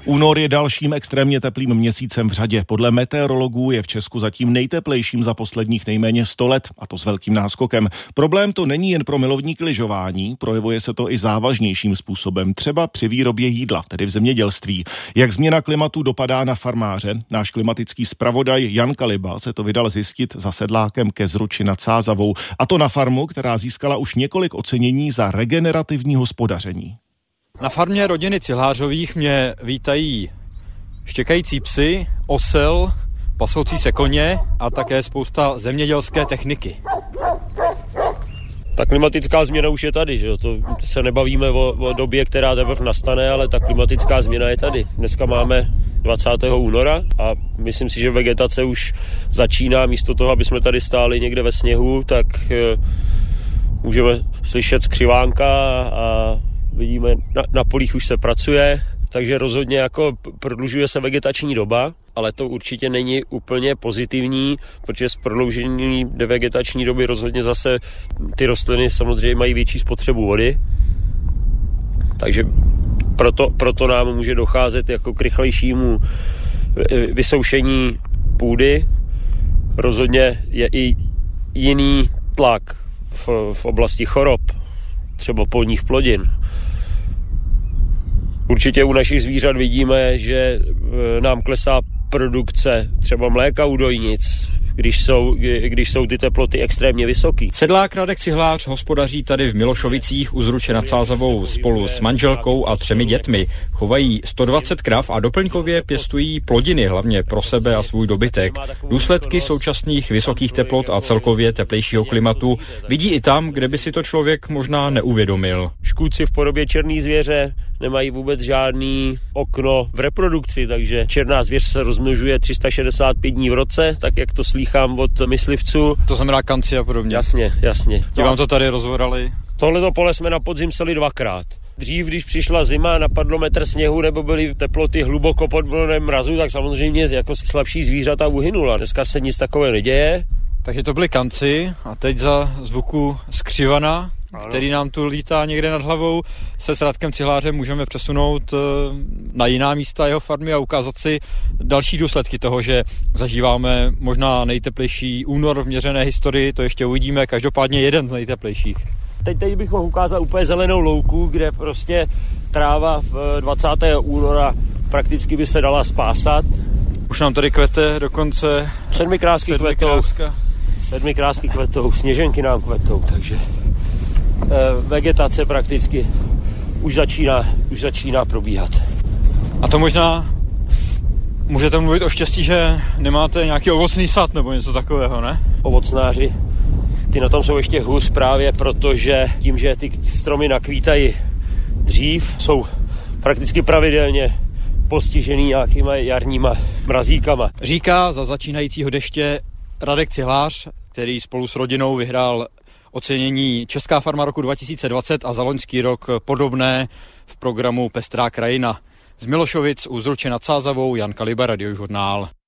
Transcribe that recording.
Únor je dalším extrémně teplým měsícem v řadě. Podle meteorologů je v Česku zatím nejteplejším za posledních nejméně 100 let, a to s velkým náskokem. Problém to není jen pro milovníky lyžování, projevuje se to i závažnějším způsobem, třeba při výrobě jídla, tedy v zemědělství. Jak změna klimatu dopadá na farmáře? Náš klimatický zpravodaj Jan Kaliba se to vydal zjistit za sedlákem ke Zruči nad Sázavou, a to na farmu, která získala už několik ocenění za regenerativní hospodaření. Na farmě rodiny Cihlářových mě vítají štěkající psy, osel, pasoucí se koně a také spousta zemědělské techniky. Ta klimatická změna už je tady, že jo? To se nebavíme o době, která teprve nastane, ale ta klimatická změna je tady. Dneska máme 20. února a myslím si, že vegetace už začíná. Místo toho, aby jsme tady stáli někde ve sněhu, tak můžeme slyšet skřivánka a vidíme, na polích už se pracuje, takže rozhodně jako prodlužuje se vegetační doba, ale to určitě není úplně pozitivní, protože z prodloužení vegetační doby rozhodně zase ty rostliny samozřejmě mají větší spotřebu vody, takže proto nám může docházet jako k rychlejšímu vysoušení půdy. Rozhodně je i jiný tlak v oblasti chorob, třeba polních plodin. Určitě u našich zvířat vidíme, že nám klesá produkce třeba mléka u dojnic, když jsou ty teploty extrémně vysoký. Sedlák Radek Cihlář hospodaří tady v Milošovicích u Zruče nad Sázavou spolu s manželkou a 3 dětmi. Chovají 120 krav a doplňkově pěstují plodiny, hlavně pro sebe a svůj dobytek. Důsledky současných vysokých teplot a celkově teplejšího klimatu vidí i tam, kde by si to člověk možná neuvědomil. Škůdci v podobě černé zvěře nemají vůbec žádný okno v reprodukci, takže černá zvěř se rozmnožuje 365 dní v roce, tak jak to slýchám od myslivců. To znamená kanci a podobně. Jasně. Ti vám to tady rozvorali? Tohleto pole jsme na podzim seli 2krát. Dřív, když přišla zima, napadlo metr sněhu nebo byly teploty hluboko pod bodem mrazu, tak samozřejmě jako slabší zvířata uhynula. Dneska se nic takového neděje. Takže to byly kanci a teď za zvuku skřivana, který nám tu lítá někde nad hlavou, se s Radkem Cihlářem můžeme přesunout na jiná místa jeho farmy a ukázat si další důsledky toho, že zažíváme možná nejteplejší únor v měřené historii, to ještě uvidíme, každopádně jeden z nejteplejších. Teď bych mohl ukázat úplně zelenou louku, kde prostě tráva v 20. února prakticky by se dala spásat. Už nám tady kvete dokonce 7 krásky kvetou. 7 krásky kvetou, sněženky nám kvetou, takže vegetace prakticky už začíná probíhat. A to možná můžete mluvit o štěstí, že nemáte nějaký ovocný sad nebo něco takového, ne? Ovocnáři, ty na tom jsou ještě hůř právě, protože tím, že ty stromy nakvítají dřív, jsou prakticky pravidelně postižený nějakýma jarníma mrazíkama. Říká za začínajícího deště Radek Cihlář, který spolu s rodinou vyhrál ocenění Česká farma roku 2020 a za loňský rok podobné v programu Pestrá krajina. Z Milošovic u Zruče nad Sázavou Jan Kaliba, Radiožurnál.